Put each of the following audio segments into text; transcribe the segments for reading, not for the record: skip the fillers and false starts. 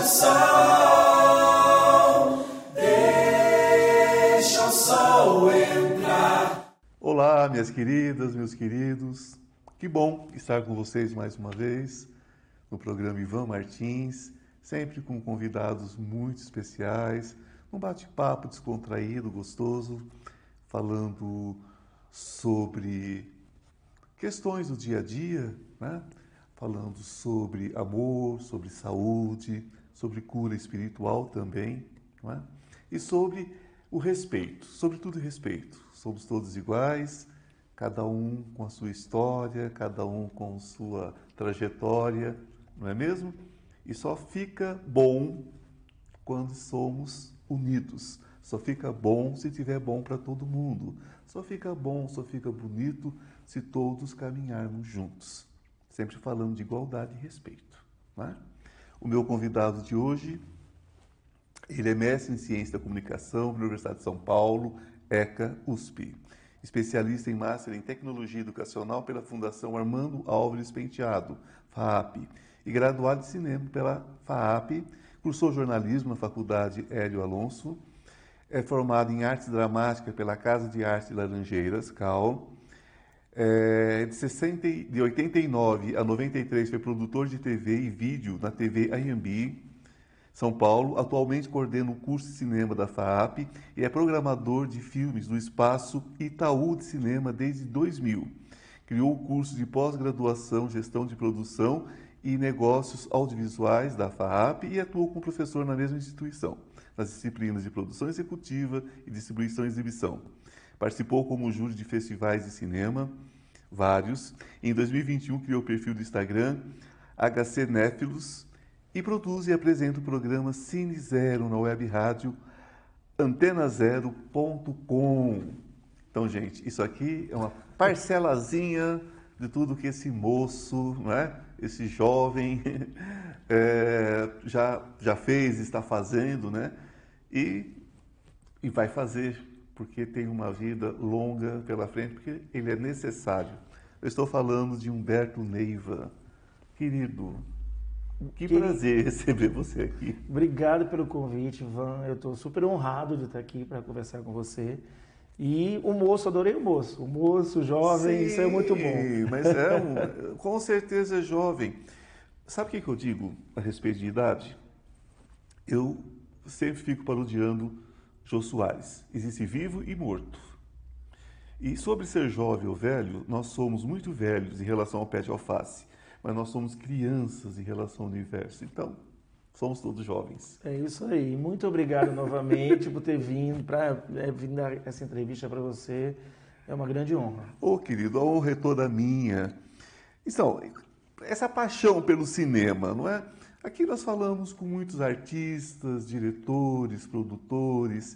deixa o sol entrar. Olá, minhas queridas, meus queridos. Que bom estar com vocês mais uma vez no programa Ivan Martins, sempre com convidados muito especiais, um bate-papo descontraído, gostoso, falando sobre questões do dia a dia, né? Falando sobre amor, sobre saúde, sobre cura espiritual também, não é? E sobre o respeito, sobretudo respeito. Somos todos iguais, cada um com a sua história, cada um com sua trajetória, não é mesmo? E só fica bom quando somos unidos. Só fica bom se tiver bom para todo mundo. Só fica bom, só fica bonito se todos caminharmos juntos. Sempre falando de igualdade e respeito, né? O meu convidado de hoje, ele é mestre em Ciência da Comunicação pela Universidade de São Paulo, ECA, USP. Especialista em Master em Tecnologia Educacional pela Fundação Armando Álvares Penteado, FAAP, e graduado em Cinema pela FAAP, cursou jornalismo na Faculdade Hélio Alonso, é formado em Artes Dramáticas pela Casa de Arte de Laranjeiras, CAL. De 89 a 93 foi produtor de TV e vídeo na TV Anhembi, São Paulo. Atualmente coordena o curso de cinema da FAAP e é programador de filmes do Espaço Itaú de Cinema desde 2000. Criou o curso de pós-graduação, Gestão de Produção e Negócios Audiovisuais da FAAP e atuou como professor na mesma instituição, nas disciplinas de Produção Executiva e Distribuição e Exibição. Participou como júri de festivais de cinema, vários. Em 2021 criou o perfil do Instagram HC Néfilos e produz e apresenta o programa Cine Zero na web rádio antenazero.com. Então, gente, isso aqui é uma parcelazinha de tudo que esse moço, não é? Esse jovem já fez, está fazendo, né? E vai fazer, porque tem uma vida longa pela frente, porque ele é necessário. Eu estou falando de Humberto Neiva. Querido, que prazer receber você aqui. Obrigado pelo convite, Ivan. Eu estou super honrado de estar aqui para conversar com você. E o moço, adorei o moço. O moço, jovem, Sim, isso é muito bom. Mas com certeza é jovem. Sabe o que eu digo a respeito de idade? Eu sempre fico parodiando Jô Soares. Existe vivo e morto. E sobre ser jovem ou velho, nós somos muito velhos em relação ao pé de alface, mas nós somos crianças em relação ao universo. Então, somos todos jovens. É isso aí. Muito obrigado novamente por ter vindo, vir dar essa entrevista para você. É uma grande honra. Ô, querido, a honra é toda minha. Então, essa paixão pelo cinema, não é? Aqui nós falamos com muitos artistas, diretores, produtores,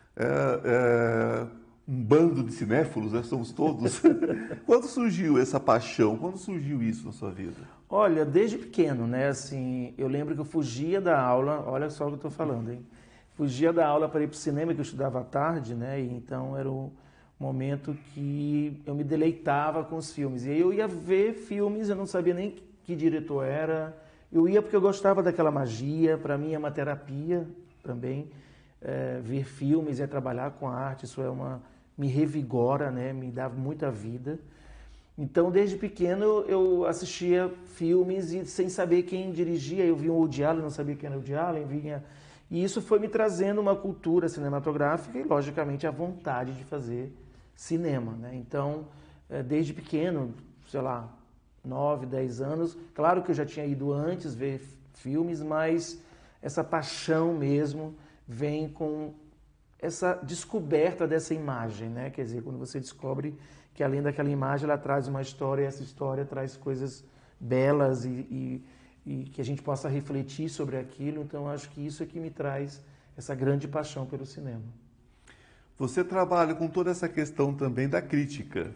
um bando de cinéfilos, né? Somos todos. Quando surgiu essa paixão? Quando surgiu isso na sua vida? Olha, desde pequeno, né? Assim, eu lembro que eu fugia da aula, olha só o que eu estou falando, hein? Fugia da aula para ir para o cinema, que eu estudava à tarde, né? E então era o momento que eu me deleitava com os filmes. E aí eu ia ver filmes, eu não sabia nem que diretor era. Eu ia porque eu gostava daquela magia, para mim é uma terapia também. Ver filmes, trabalhar com arte, isso me revigora, né? Me dá muita vida. Então, desde pequeno, eu assistia filmes e sem saber quem dirigia. Eu vi um Woody Allen, não sabia quem era o Woody Allen, e isso foi me trazendo uma cultura cinematográfica e, logicamente, a vontade de fazer cinema, né? Então, desde pequeno, sei lá, 9, 10 anos, claro que eu já tinha ido antes ver filmes, mas essa paixão mesmo vem com essa descoberta dessa imagem, né? Quer dizer, quando você descobre que além daquela imagem ela traz uma história, e essa história traz coisas belas e que a gente possa refletir sobre aquilo. Então, acho que isso é que me traz essa grande paixão pelo cinema. Você trabalha com toda essa questão também da crítica.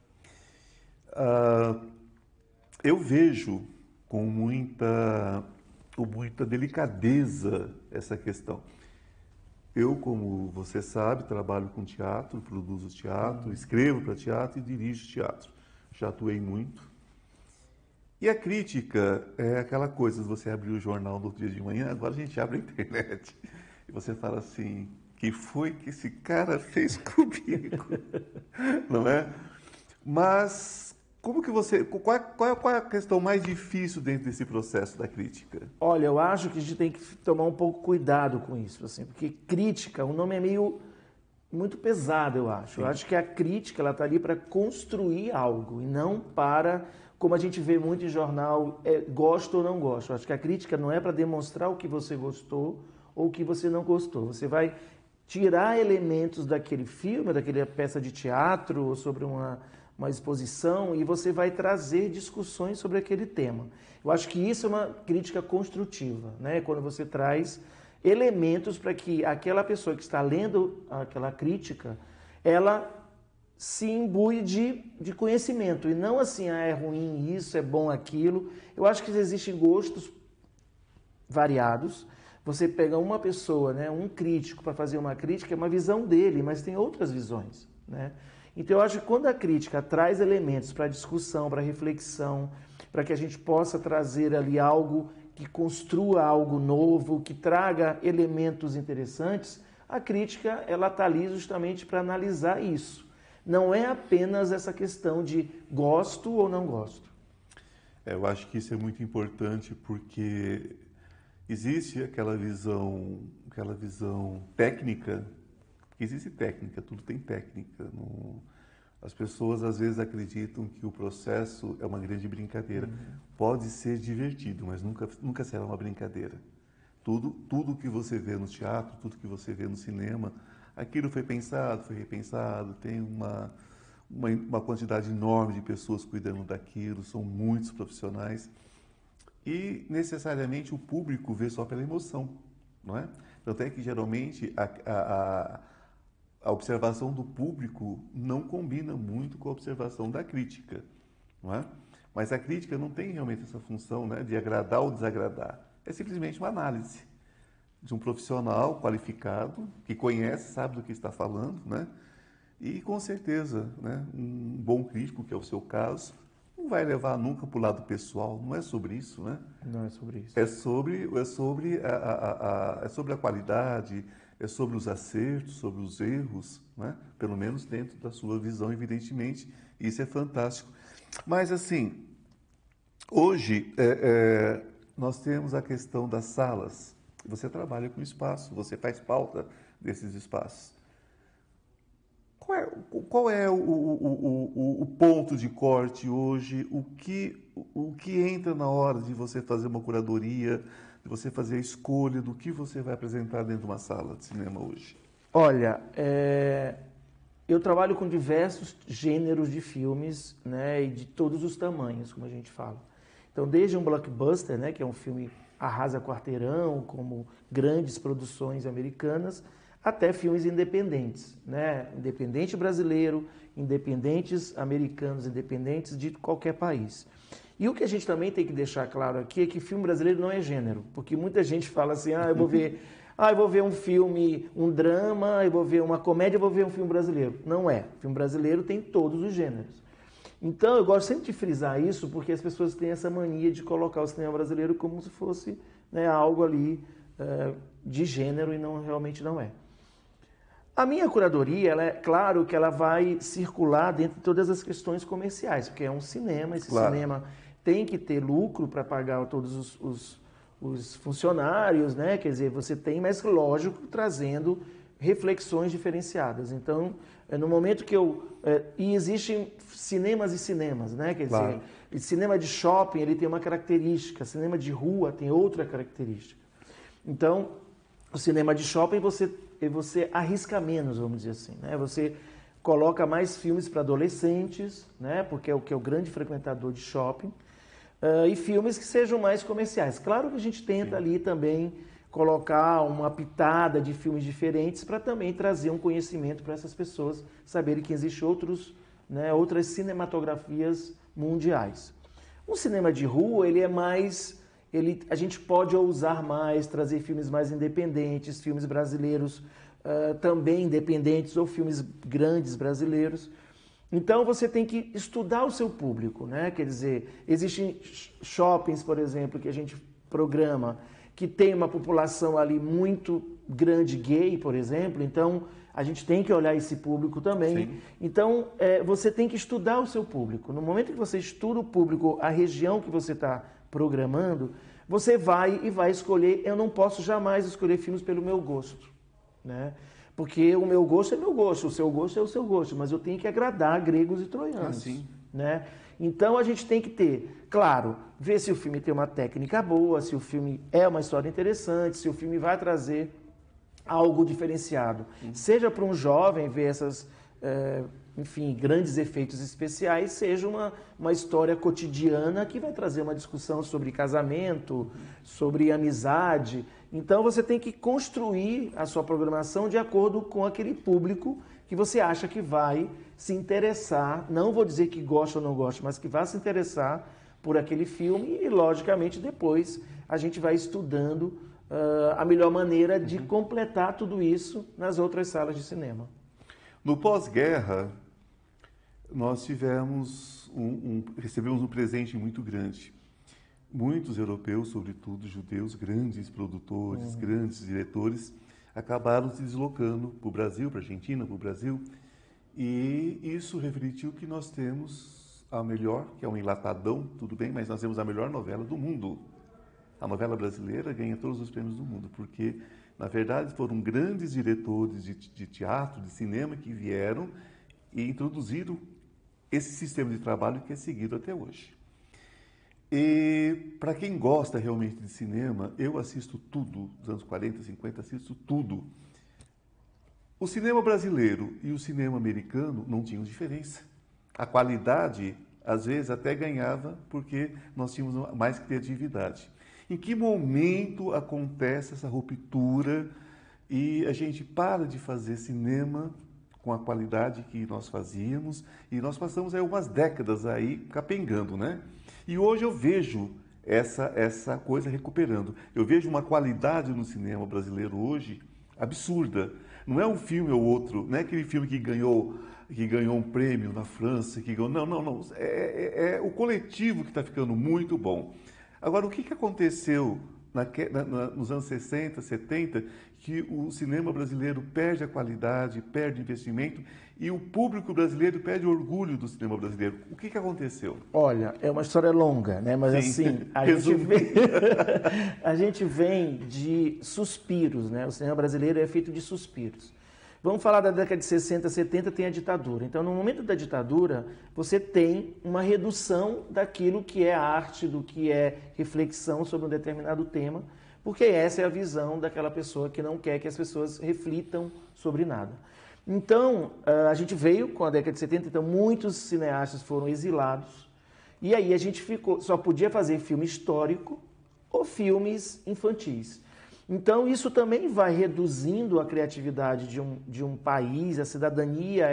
Eu vejo com muita delicadeza essa questão. Eu, como você sabe, trabalho com teatro, produzo teatro, escrevo para teatro e dirijo teatro. Já atuei muito. E a crítica é aquela coisa, se você abrir o jornal no outro dia de manhã, agora a gente abre a internet e você fala assim, que foi que esse cara fez comigo? Não é? Mas como que você, qual é a questão mais difícil dentro desse processo da crítica? Olha, eu acho que a gente tem que tomar um pouco cuidado com isso, assim, porque crítica, o nome é meio muito pesado, eu acho. Sim. Eu acho que a crítica, ela está ali para construir algo e não para, como a gente vê muito em jornal, gosto ou não gosto. Eu acho que a crítica não é para demonstrar o que você gostou ou o que você não gostou. Você vai tirar elementos daquele filme, daquela peça de teatro ou sobre uma exposição e você vai trazer discussões sobre aquele tema. Eu acho que isso é uma crítica construtiva, né? Quando você traz elementos para que aquela pessoa que está lendo aquela crítica, ela se imbue de conhecimento e não assim, é ruim isso, é bom aquilo. Eu acho que existem gostos variados. Você pega uma pessoa, né, um crítico para fazer uma crítica, é uma visão dele, mas tem outras visões, né? Então eu acho que quando a crítica traz elementos para discussão, para reflexão, para que a gente possa trazer ali algo que construa algo novo, que traga elementos interessantes, a crítica ela está ali justamente para analisar isso. Não é apenas essa questão de gosto ou não gosto. Eu acho que isso é muito importante porque existe aquela visão técnica. Existe técnica, tudo tem técnica. As pessoas às vezes acreditam que o processo é uma grande brincadeira. Pode ser divertido, mas nunca será uma brincadeira. Tudo que você vê no teatro, tudo que você vê no cinema, aquilo foi pensado, foi repensado, tem uma quantidade enorme de pessoas cuidando daquilo, são muitos profissionais. E necessariamente o público vê só pela emoção, não é? Tanto é que geralmente a observação do público não combina muito com a observação da crítica, não é? Mas a crítica não tem realmente essa função, né, de agradar ou desagradar. É simplesmente uma análise de um profissional qualificado, que conhece, sabe do que está falando, né? E com certeza, né, um bom crítico, que é o seu caso, não vai levar nunca para o lado pessoal, não é sobre isso, né? Não é sobre isso. É sobre a qualidade, é sobre os acertos, sobre os erros, né? Pelo menos dentro da sua visão, evidentemente, isso é fantástico. Mas, assim, hoje nós temos a questão das salas. Você trabalha com espaço, você faz pauta desses espaços. Qual é o ponto de corte hoje? O que entra na hora de você fazer uma curadoria, de você fazer a escolha do que você vai apresentar dentro de uma sala de cinema hoje? Olha, eu trabalho com diversos gêneros de filmes, né, e de todos os tamanhos, como a gente fala. Então, desde um blockbuster, né, que é um filme arrasa quarteirão, como grandes produções americanas, até filmes independentes, né? Independente brasileiro, independentes americanos, independentes de qualquer país. E o que a gente também tem que deixar claro aqui é que filme brasileiro não é gênero, porque muita gente fala assim, eu vou ver um filme, um drama, eu vou ver uma comédia, eu vou ver um filme brasileiro. Não é. O filme brasileiro tem todos os gêneros. Então, eu gosto sempre de frisar isso, porque as pessoas têm essa mania de colocar o cinema brasileiro como se fosse, né, algo ali de gênero e realmente não é. A minha curadoria, claro que ela vai circular dentro de todas as questões comerciais, porque é um cinema, esse cinema tem que ter lucro para pagar todos os funcionários, né? Quer dizer, você tem, mas lógico, trazendo reflexões diferenciadas. Então, no momento que e existem cinemas e cinemas, né? Quer dizer, cinema de shopping ele tem uma característica, cinema de rua tem outra característica. Então, o cinema de shopping você arrisca menos, vamos dizer assim, né? Você coloca mais filmes para adolescentes, né? Porque é o grande frequentador de shopping, e filmes que sejam mais comerciais. Claro que a gente tenta ali também colocar uma pitada de filmes diferentes para também trazer um conhecimento para essas pessoas saberem que existem outras cinematografias mundiais. Um cinema de rua, ele é mais... a gente pode ousar mais, trazer filmes mais independentes, filmes brasileiros também independentes ou filmes grandes brasileiros. Então você tem que estudar o seu público, né? Quer dizer, existem shoppings, por exemplo, que a gente programa, que tem uma população ali muito grande gay, por exemplo, então a gente tem que olhar esse público também. Sim. Então você tem que estudar o seu público. No momento que você estuda o público, a região que você está programando, você vai escolher. Eu não posso jamais escolher filmes pelo meu gosto, né? Porque o meu gosto é meu gosto, o seu gosto é o seu gosto, mas eu tenho que agradar gregos e troianos, sim. né? Então a gente tem que ter, claro, ver se o filme tem uma técnica boa, se o filme é uma história interessante, se o filme vai trazer algo diferenciado. Seja para um jovem ver essas, enfim, grandes efeitos especiais, seja uma história cotidiana que vai trazer uma discussão sobre casamento, sobre amizade. Então você tem que construir a sua programação de acordo com aquele público que você acha que vai se interessar, não vou dizer que gosta ou não gosta, mas que vai se interessar por aquele filme e, logicamente, depois a gente vai estudando a melhor maneira de completar tudo isso nas outras salas de cinema. No pós-guerra, nós recebemos um presente muito grande. Muitos europeus, sobretudo judeus, grandes produtores, grandes diretores, acabaram se deslocando para o Brasil, para a Argentina, para o Brasil, e isso refletiu que nós temos a melhor, que é um enlatadão, tudo bem, mas nós temos a melhor novela do mundo. A novela brasileira ganha todos os prêmios do mundo, porque, na verdade, foram grandes diretores de teatro, de cinema, que vieram e introduziram esse sistema de trabalho que é seguido até hoje. E para quem gosta realmente de cinema, eu assisto tudo, dos anos 40, 50, assisto tudo. O cinema brasileiro e o cinema americano não tinham diferença. A qualidade, às vezes, até ganhava porque nós tínhamos mais criatividade. Em que momento acontece essa ruptura e a gente para de fazer cinema com a qualidade que nós fazíamos e nós passamos aí umas décadas aí capengando, né? E hoje eu vejo essa coisa recuperando. Eu vejo uma qualidade no cinema brasileiro hoje absurda. Não é um filme ou outro, não é aquele filme que ganhou um prêmio na França, que ganhou... Não. É o coletivo que está ficando muito bom. Agora, o que aconteceu nos anos 60, 70, que o cinema brasileiro perde a qualidade, perde investimento e o público brasileiro perde o orgulho do cinema brasileiro? O que aconteceu? Olha, é uma história longa, né? Mas Sim. assim, a gente vem de suspiros, né? O cinema brasileiro é feito de suspiros. Vamos falar da década de 60, 70, tem a ditadura. Então, no momento da ditadura, você tem uma redução daquilo que é arte, do que é reflexão sobre um determinado tema, porque essa é a visão daquela pessoa que não quer que as pessoas reflitam sobre nada. Então, a gente veio com a década de 70, então muitos cineastas foram exilados, e aí a gente só podia fazer filme histórico ou filmes infantis. Então, isso também vai reduzindo a criatividade de um país, a cidadania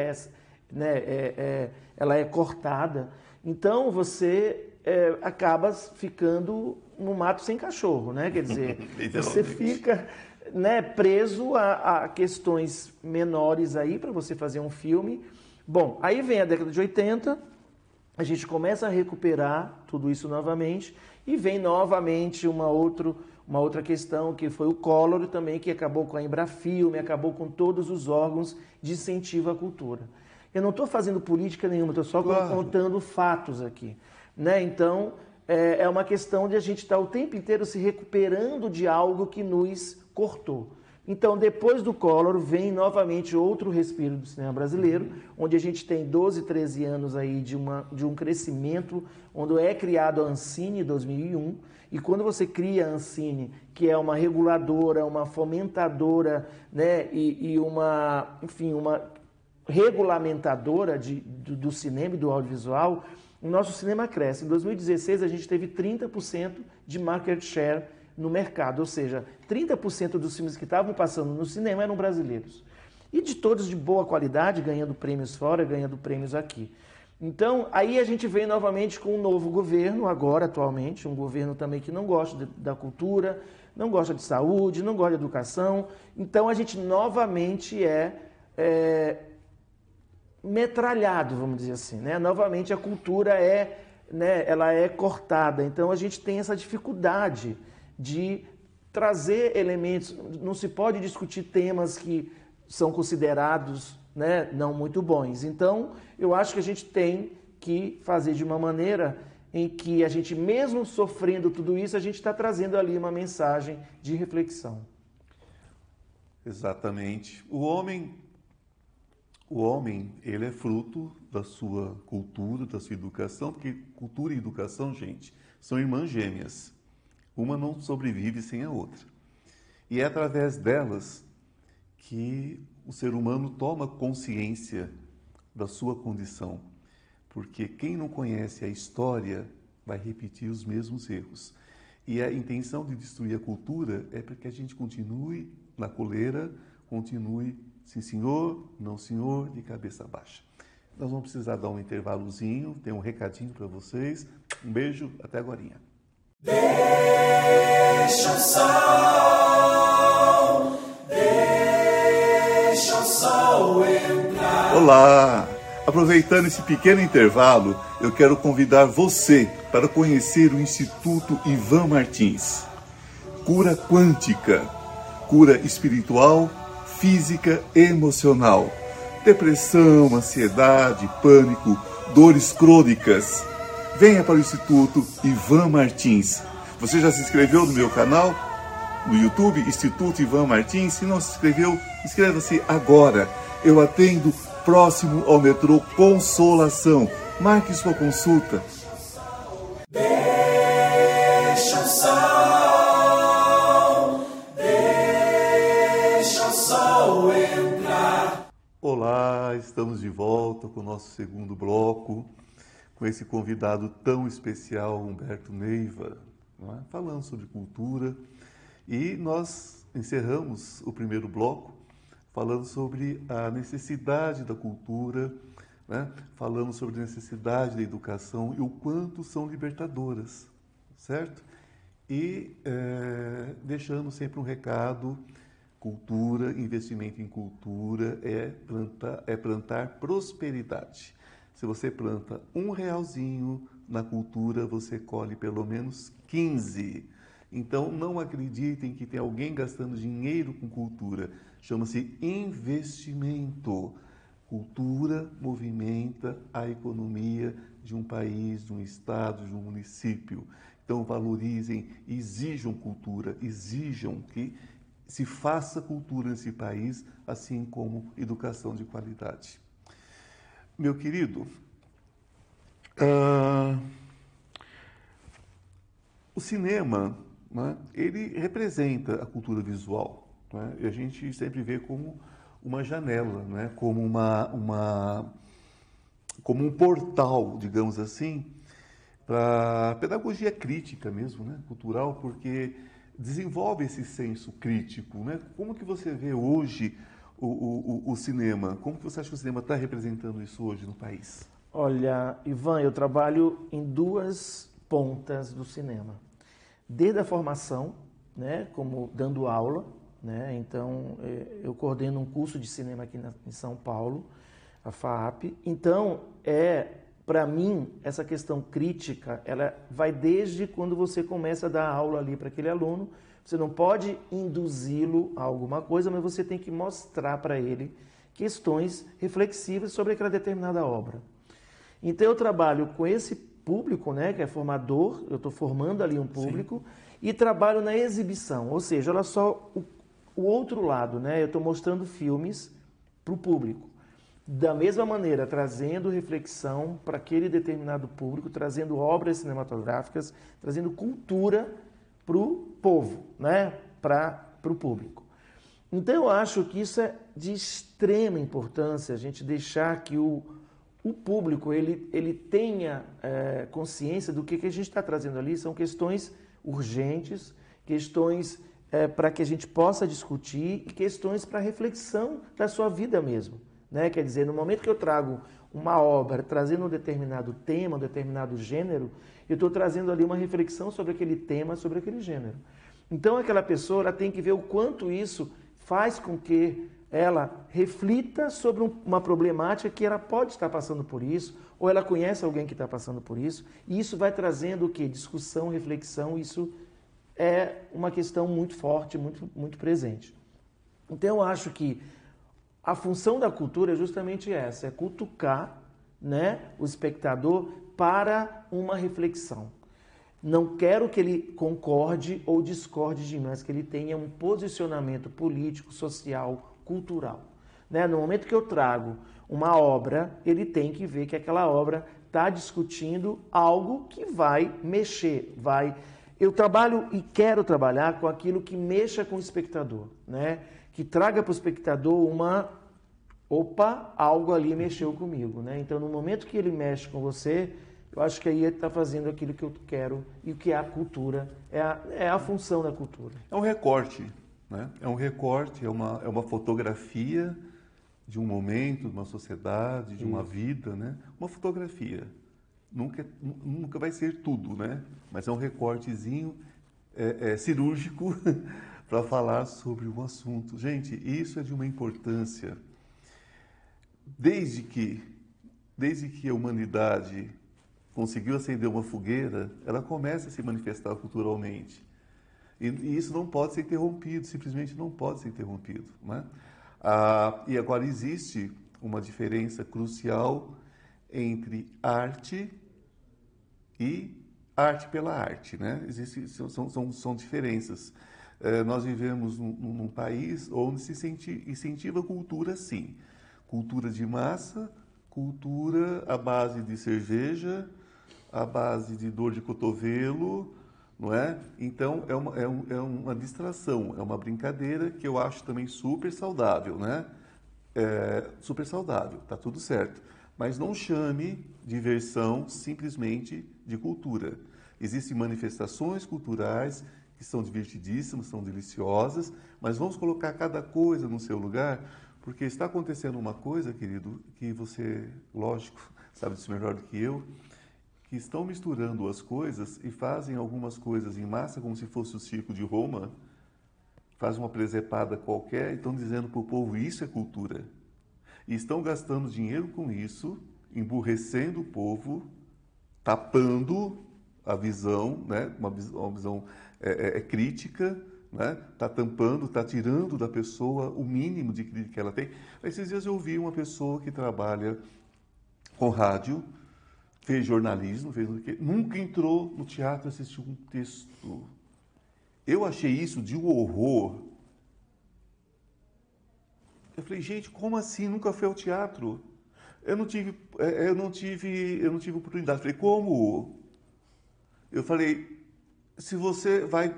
ela é cortada. Então, você acaba ficando no mato sem cachorro, né? Quer dizer, você fica preso a questões menores aí para você fazer um filme. Bom, aí vem a década de 80, a gente começa a recuperar tudo isso novamente e vem novamente uma outra questão, que foi o Collor também, que acabou com a Embrafilme, acabou com todos os órgãos de incentivo à cultura. Eu não estou fazendo política nenhuma, estou só contando fatos aqui, né? Então, é uma questão de a gente estar o tempo inteiro se recuperando de algo que nos cortou. Então, depois do Collor, vem novamente outro respiro do cinema brasileiro, onde a gente tem 12, 13 anos aí de um crescimento, onde é criado a Ancine em 2001, e quando você cria a Ancine, que é uma reguladora, uma fomentadora, né, e uma regulamentadora do cinema e do audiovisual, o nosso cinema cresce. Em 2016, a gente teve 30% de market share no mercado, ou seja, 30% dos filmes que estavam passando no cinema eram brasileiros. E de todos de boa qualidade, ganhando prêmios fora, ganhando prêmios aqui. Então, aí a gente vem novamente com um novo governo, agora, atualmente, um governo também que não gosta da cultura, não gosta de saúde, não gosta de educação. Então, a gente novamente metralhado, vamos dizer assim, né? Novamente a cultura é, né, ela é cortada, então a gente tem essa dificuldade de trazer elementos, não se pode discutir temas que são considerados, né, não muito bons. Então, eu acho que a gente tem que fazer de uma maneira em que a gente, mesmo sofrendo tudo isso, a gente está trazendo ali uma mensagem de reflexão. Exatamente. O homem, ele é fruto da sua cultura, da sua educação, porque cultura e educação, gente, são irmãs gêmeas. Uma não sobrevive sem a outra. E é através delas que o ser humano toma consciência da sua condição. Porque quem não conhece a história vai repetir os mesmos erros. E a intenção de destruir a cultura é para que a gente continue na coleira, continue sim senhor, não senhor, de cabeça baixa. Nós vamos precisar dar um intervalozinho, tem um recadinho para vocês. Um beijo, até agorinha. Deixa o sol entrar. Olá! Aproveitando esse pequeno intervalo, eu quero convidar você para conhecer o Instituto Ivan Martins. Cura quântica, cura espiritual, física e emocional. Depressão, ansiedade, pânico, dores crônicas. Venha para o Instituto Ivan Martins. Você já se inscreveu no meu canal? No YouTube, Instituto Ivan Martins? Se não se inscreveu, inscreva-se agora. Eu atendo próximo ao metrô Consolação. Marque sua consulta. Deixa o sol entrar. Olá, estamos de volta com o nosso segundo bloco, com esse convidado tão especial, Humberto Neiva, não é? Falando sobre cultura. E nós encerramos o primeiro bloco falando sobre a necessidade da cultura, né? Falando sobre a necessidade da educação e o quanto são libertadoras, certo? E deixando sempre um recado: cultura, investimento em cultura é plantar prosperidade. Se você planta R$1 na cultura, você colhe pelo menos 15. Então, não acreditem que tem alguém gastando dinheiro com cultura. Chama-se investimento. Cultura movimenta a economia de um país, de um estado, de um município. Então, valorizem, exijam cultura, exijam que se faça cultura nesse país, assim como educação de qualidade. Meu querido, o cinema, né, ele representa a cultura visual, né, e a gente sempre vê como uma janela, né, como como um portal, digamos assim, para a pedagogia crítica mesmo, né, cultural, porque desenvolve esse senso crítico, né? Como que você vê hoje o cinema? Como que você acha que o cinema está representando isso hoje no país? Olha, Ivan, eu trabalho em duas pontas do cinema. Desde a formação, né, como dando aula, né? Então, eu coordeno um curso de cinema aqui em São Paulo, a FAAP. Então, para mim, essa questão crítica, ela vai desde quando você começa a dar aula ali para aquele aluno. Você não pode induzi-lo a alguma coisa, mas você tem que mostrar para ele questões reflexivas sobre aquela determinada obra. Então, eu trabalho com esse público, né, que é formador, eu estou formando ali um público, sim, e trabalho na exibição, ou seja, olha só o outro lado, né, eu estou mostrando filmes para o público. Da mesma maneira, trazendo reflexão para aquele determinado público, trazendo obras cinematográficas, trazendo cultura para o povo, né? Para o público. Então, eu acho que isso é de extrema importância, a gente deixar que o público ele tenha consciência do que a gente está trazendo ali. São questões urgentes, questões para que a gente possa discutir e questões para reflexão da sua vida mesmo. Né? Quer dizer, no momento que eu trago uma obra trazendo um determinado tema, um determinado gênero, eu estou trazendo ali uma reflexão sobre aquele tema, sobre aquele gênero. Então, aquela pessoa ela tem que ver o quanto isso faz com que ela reflita sobre uma problemática que ela pode estar passando por isso, ou ela conhece alguém que está passando por isso, e isso vai trazendo o quê? Discussão, reflexão, isso é uma questão muito forte, muito presente. Então eu acho que a função da cultura é justamente essa, é cutucar, né, o espectador para uma reflexão. Não quero que ele concorde ou discorde de mim, mas que ele tenha um posicionamento político, social, cultural. Né? No momento que eu trago uma obra, ele tem que ver que aquela obra está discutindo algo que vai mexer, Eu trabalho e quero trabalhar com aquilo que mexa com o espectador, né? Que traga para o espectador algo ali mexeu comigo, né? Então, no momento que ele mexe com você, eu acho que aí ele está fazendo aquilo que eu quero e o que é a cultura, é a função da cultura. É um recorte, né? É um recorte, é uma fotografia de um momento, de uma sociedade, de uma vida, né? Uma fotografia. Nunca vai ser tudo, né? Mas é um recortezinho cirúrgico para falar sobre um assunto. Gente, isso é de uma importância. Desde que a humanidade conseguiu acender uma fogueira, ela começa a se manifestar culturalmente. E isso não pode ser interrompido, simplesmente não pode ser interrompido, né? E agora existe uma diferença crucial entre arte e arte pela arte, né? São diferenças. Nós vivemos num país onde se incentiva a cultura, sim. Cultura de massa, cultura à base de cerveja, à base de dor de cotovelo, não é? Então, é uma distração, é uma brincadeira que eu acho também super saudável, né? Super saudável, tá tudo certo. Mas não chame diversão simplesmente de cultura. Existem manifestações culturais que são divertidíssimas, são deliciosas, mas vamos colocar cada coisa no seu lugar, porque está acontecendo uma coisa, querido, que você, lógico, sabe disso melhor do que eu, que estão misturando as coisas e fazem algumas coisas em massa, como se fosse o circo de Roma, faz uma presepada qualquer e estão dizendo para o povo, isso é cultura. E estão gastando dinheiro com isso, emburrecendo o povo, tapando a visão, né? uma visão crítica, né? Tá tampando, tá tirando da pessoa o mínimo de crítica que ela tem. Esses dias eu ouvi uma pessoa que trabalha com rádio, fez jornalismo, nunca entrou no teatro e assistiu um texto. Eu achei isso de um horror. Eu falei, gente, como assim? Nunca foi ao teatro? Eu não tive oportunidade. Eu falei, como? Eu falei, se você vai...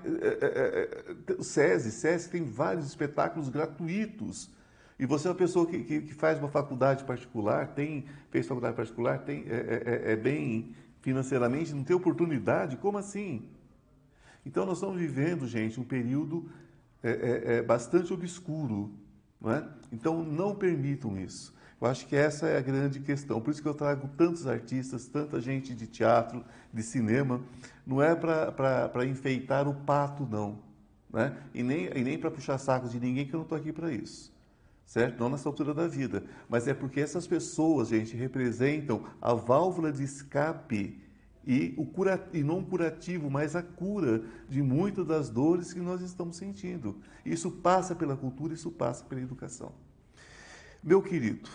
o SESI tem vários espetáculos gratuitos. E você é uma pessoa que faz uma faculdade particular, fez faculdade particular, é bem financeiramente, não tem oportunidade? Como assim? Então, nós estamos vivendo, gente, um período bastante obscuro. Não é? Então, não permitam isso. Eu acho que essa é a grande questão. Por isso que eu trago tantos artistas, tanta gente de teatro, de cinema. Não é para enfeitar o pato, não. Né? E nem para puxar saco de ninguém, que eu não estou aqui para isso. Certo? Não nessa altura da vida. Mas é porque essas pessoas, gente, representam a válvula de escape e não o curativo, mas a cura de muitas das dores que nós estamos sentindo. Isso passa pela cultura, isso passa pela educação. Meu querido,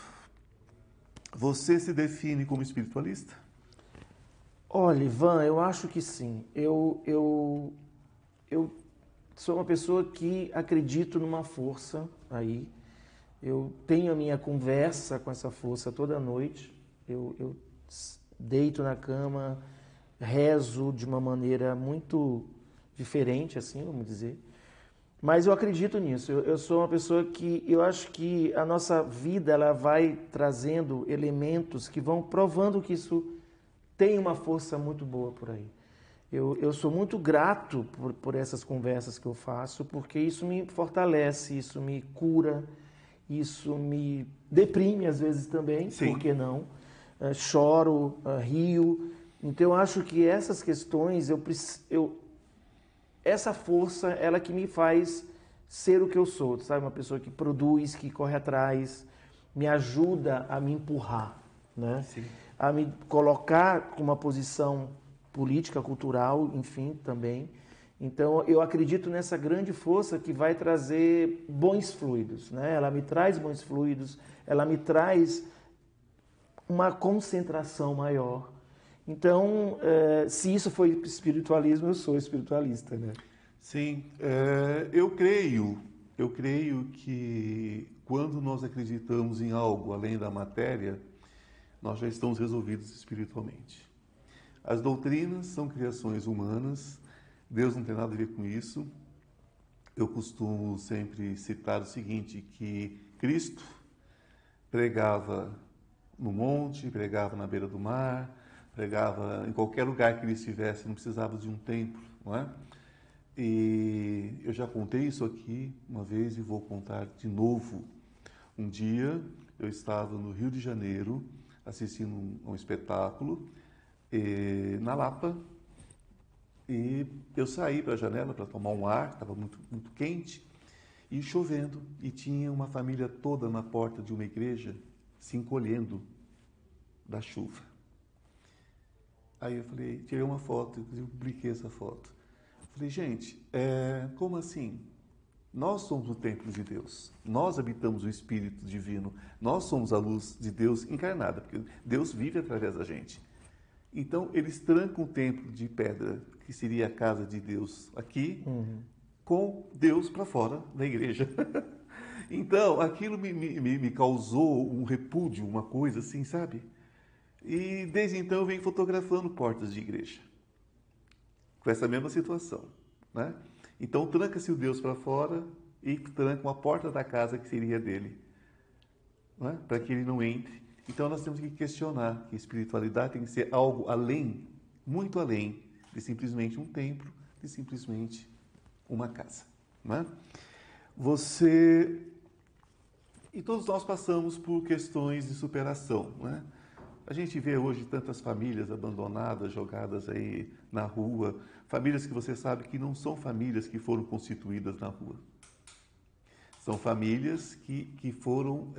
você se define como espiritualista? Olha, Ivan, eu acho que sim. Eu sou uma pessoa que acredito numa força aí. Eu tenho a minha conversa com essa força toda noite. Eu deito na cama, rezo de uma maneira muito diferente, assim, vamos dizer. Mas eu acredito nisso. Eu sou uma pessoa que eu acho que a nossa vida ela vai trazendo elementos que vão provando que isso tem uma força muito boa por aí. Eu sou muito grato por essas conversas que eu faço, porque isso me fortalece, isso me cura, isso me deprime às vezes também, Sim. por que não? Choro, rio. Então eu acho que essas questões, essa força, ela que me faz ser o que eu sou, sabe? Uma pessoa que produz, que corre atrás, me ajuda a me empurrar, né? Sim. A me colocar com uma posição política, cultural, enfim, também. Então, eu acredito nessa grande força que vai trazer bons fluidos, né? Ela me traz bons fluidos, ela me traz uma concentração maior. Então, se isso foi espiritualismo, eu sou espiritualista, né? Sim, eu creio que quando nós acreditamos em algo além da matéria, nós já estamos resolvidos espiritualmente. As doutrinas são criações humanas, Deus não tem nada a ver com isso. Eu costumo sempre citar o seguinte, que Cristo pregava no monte, pregava na beira do mar, pregava em qualquer lugar que ele estivesse, não precisava de um templo, não é? E eu já contei isso aqui uma vez e vou contar de novo. Um dia eu estava no Rio de Janeiro assistindo um espetáculo na Lapa e eu saí para a janela para tomar um ar, estava muito, muito quente e chovendo e tinha uma família toda na porta de uma igreja se encolhendo da chuva. Aí eu falei, tirei uma foto, eu publiquei essa foto. Falei, gente, como assim? Nós somos o templo de Deus, nós habitamos o Espírito Divino, nós somos a luz de Deus encarnada, porque Deus vive através da gente. Então, eles trancam o templo de pedra, que seria a casa de Deus aqui, com Deus para fora da igreja. Então, aquilo me causou um repúdio, uma coisa assim, sabe? E desde então eu venho fotografando portas de igreja, com essa mesma situação, né? Então tranca-se o Deus para fora e trancam a porta da casa que seria dele, né? Para que ele não entre. Então nós temos que questionar que a espiritualidade tem que ser algo além, muito além de simplesmente um templo, de simplesmente uma casa, né? E todos nós passamos por questões de superação, né? A gente vê hoje tantas famílias abandonadas, jogadas aí na rua, famílias que você sabe que não são famílias que foram constituídas na rua. São famílias que foram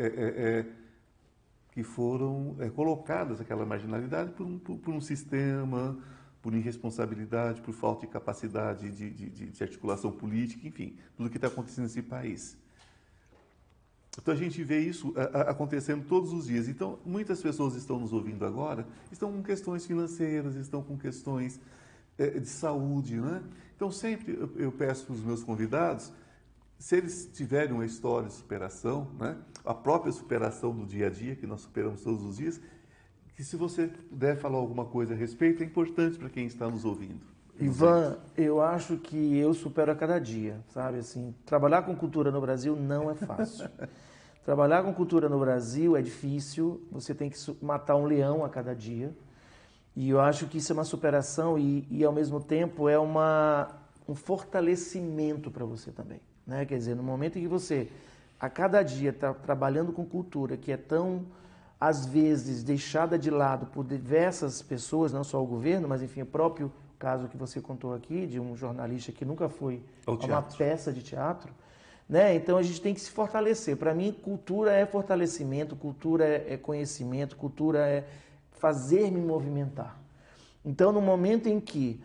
colocadas naquela marginalidade por um sistema, por irresponsabilidade, por falta de capacidade de articulação política, enfim, tudo o que está acontecendo nesse país. Então a gente vê isso acontecendo todos os dias. Então muitas pessoas estão nos ouvindo agora, estão com questões financeiras, estão com questões de saúde, né? Então sempre eu peço para os meus convidados, se eles tiverem uma história de superação, né? A própria superação do dia a dia, que nós superamos todos os dias, que se você puder falar alguma coisa a respeito, é importante para quem está nos ouvindo. Ivan, eu acho que eu supero a cada dia, sabe? Assim, trabalhar com cultura no Brasil não é fácil. Trabalhar com cultura no Brasil é difícil, você tem que matar um leão a cada dia. E eu acho que isso é uma superação e ao mesmo tempo, é um fortalecimento para você também, né? Quer dizer, no momento em que você, a cada dia, está trabalhando com cultura, que é tão, às vezes, deixada de lado por diversas pessoas, não só o governo, mas, enfim, o próprio caso que você contou aqui, de um jornalista que nunca foi a uma peça de teatro, né? Então a gente tem que se fortalecer. Para mim, cultura é fortalecimento, cultura é conhecimento, cultura é fazer me movimentar. Então, no momento em que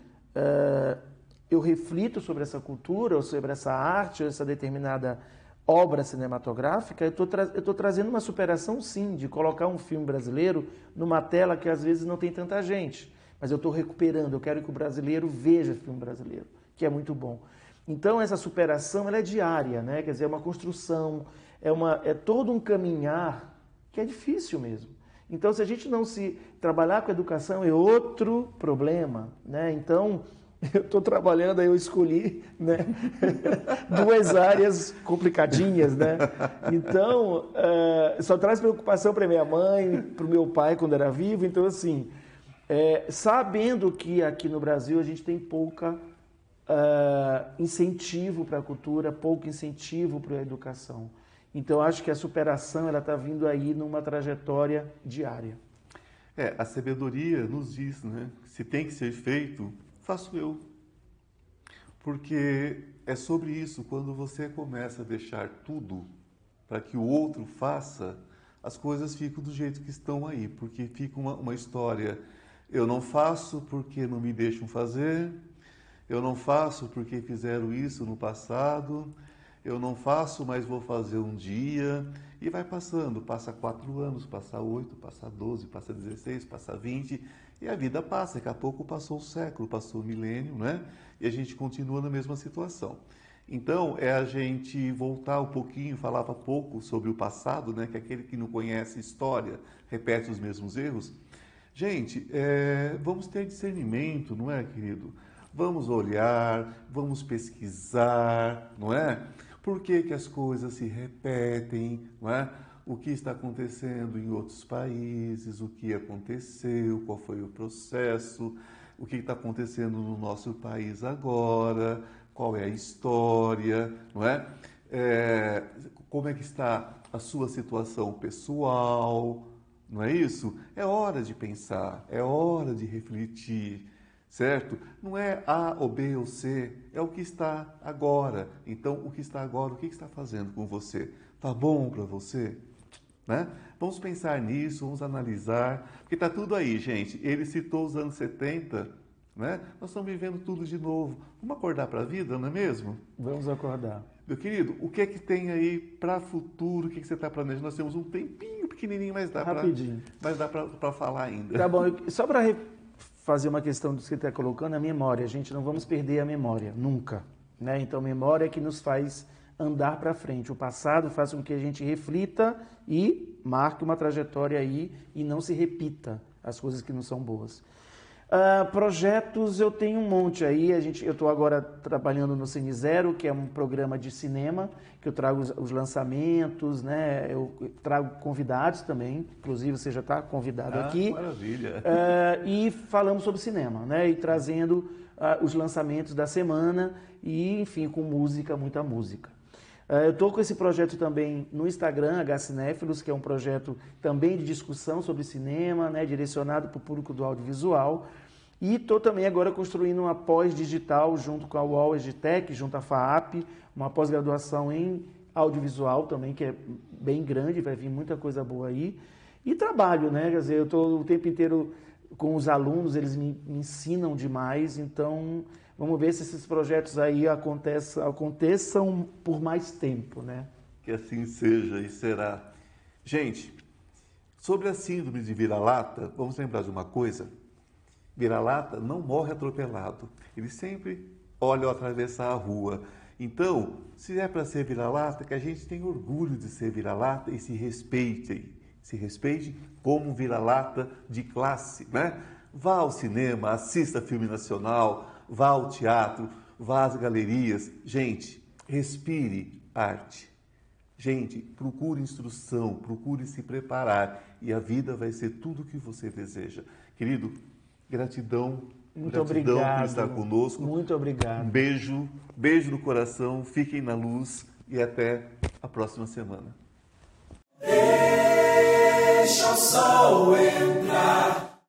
eu reflito sobre essa cultura, ou sobre essa arte, ou essa determinada obra cinematográfica, eu estou trazendo uma superação, sim, de colocar um filme brasileiro numa tela que às vezes não tem tanta gente. Mas eu estou recuperando, eu quero que o brasileiro veja filme brasileiro, que é muito bom. Então, essa superação, ela é diária, né? Quer dizer, é uma construção, é todo um caminhar que é difícil mesmo. Então, se a gente não se trabalhar com educação, é outro problema, né? Então, eu estou trabalhando, aí eu escolhi, né? Duas áreas complicadinhas, né? Então, só traz preocupação para minha mãe, para o meu pai quando era vivo. Então, assim, sabendo que aqui no Brasil a gente tem pouca incentivo para a cultura, pouco incentivo para a educação. Então, acho que a superação ela está vindo aí numa trajetória diária. A sabedoria nos diz, né? Se tem que ser feito, faço eu. Porque é sobre isso. Quando você começa a deixar tudo para que o outro faça, as coisas ficam do jeito que estão aí, porque fica uma história. Eu não faço porque não me deixam fazer, eu não faço porque fizeram isso no passado, eu não faço, mas vou fazer um dia. E vai passando, passa 4 anos, passa 8, passa 12, passa 16, passa 20, e a vida passa. Daqui a pouco passou o século, passou o milênio, né? E a gente continua na mesma situação. Então, é a gente voltar um pouquinho, falava pouco sobre o passado, né? Que aquele que não conhece história repete os mesmos erros. Gente, vamos ter discernimento, não é, querido? Vamos olhar, vamos pesquisar, não é? Por que que as coisas se repetem, não é? O que está acontecendo em outros países, o que aconteceu, qual foi o processo, o que está acontecendo no nosso país agora, qual é a história, não é? Como é que está a sua situação pessoal, não é isso? É hora de pensar, é hora de refletir, certo? Não é A ou B ou C, é o que está agora. Então, o que está agora, o que está fazendo com você? Tá bom para você? Né? Vamos pensar nisso, vamos analisar, porque está tudo aí, gente. Ele citou os anos 70, né? Nós estamos vivendo tudo de novo. Vamos acordar para a vida, não é mesmo? Vamos acordar. Meu querido, o que é que tem aí para futuro? O que é que você está planejando? Nós temos um tempinho pequenininho, mas dá para falar ainda. Tá bom, só para fazer uma questão do que você está colocando, a memória. Gente, não vamos perder a memória, nunca. Né? Então, memória é que nos faz andar para frente. O passado faz com que a gente reflita e marque uma trajetória aí e não se repita as coisas que não são boas. Projetos eu tenho um monte aí. Eu estou agora trabalhando no Cine Zero, que é um programa de cinema, que eu trago os lançamentos, né? Eu trago convidados também, inclusive você já está convidado aqui. Maravilha! E falamos sobre cinema, né? E trazendo os lançamentos da semana e, enfim, com música, muita música. Eu estou com esse projeto também no Instagram, H-Cinéfilos, que é um projeto também de discussão sobre cinema, né, direcionado para o público do audiovisual. E estou também agora construindo uma pós-digital junto com a UOL EGTEC, junto à FAAP, uma pós-graduação em audiovisual também, que é bem grande, vai vir muita coisa boa aí. E trabalho, né? Quer dizer, eu estou o tempo inteiro com os alunos, eles me ensinam demais, então vamos ver se esses projetos aí aconteçam por mais tempo, né? Que assim seja e será. Gente, sobre a síndrome de vira-lata, vamos lembrar de uma coisa. Vira-lata não morre atropelado. Ele sempre olha ao atravessar a rua. Então, se é para ser vira-lata, que a gente tenha orgulho de ser vira-lata e se respeite. Se respeite como um vira-lata de classe, né? Vá ao cinema, assista filme nacional, vá ao teatro, vá às galerias. Gente, respire arte. Gente, procure instrução, procure se preparar e a vida vai ser tudo o que você deseja. Querido, gratidão. Muito obrigado por estar conosco. Muito obrigado. Um beijo, beijo no coração, fiquem na luz e até a próxima semana. Deixa o sol entrar.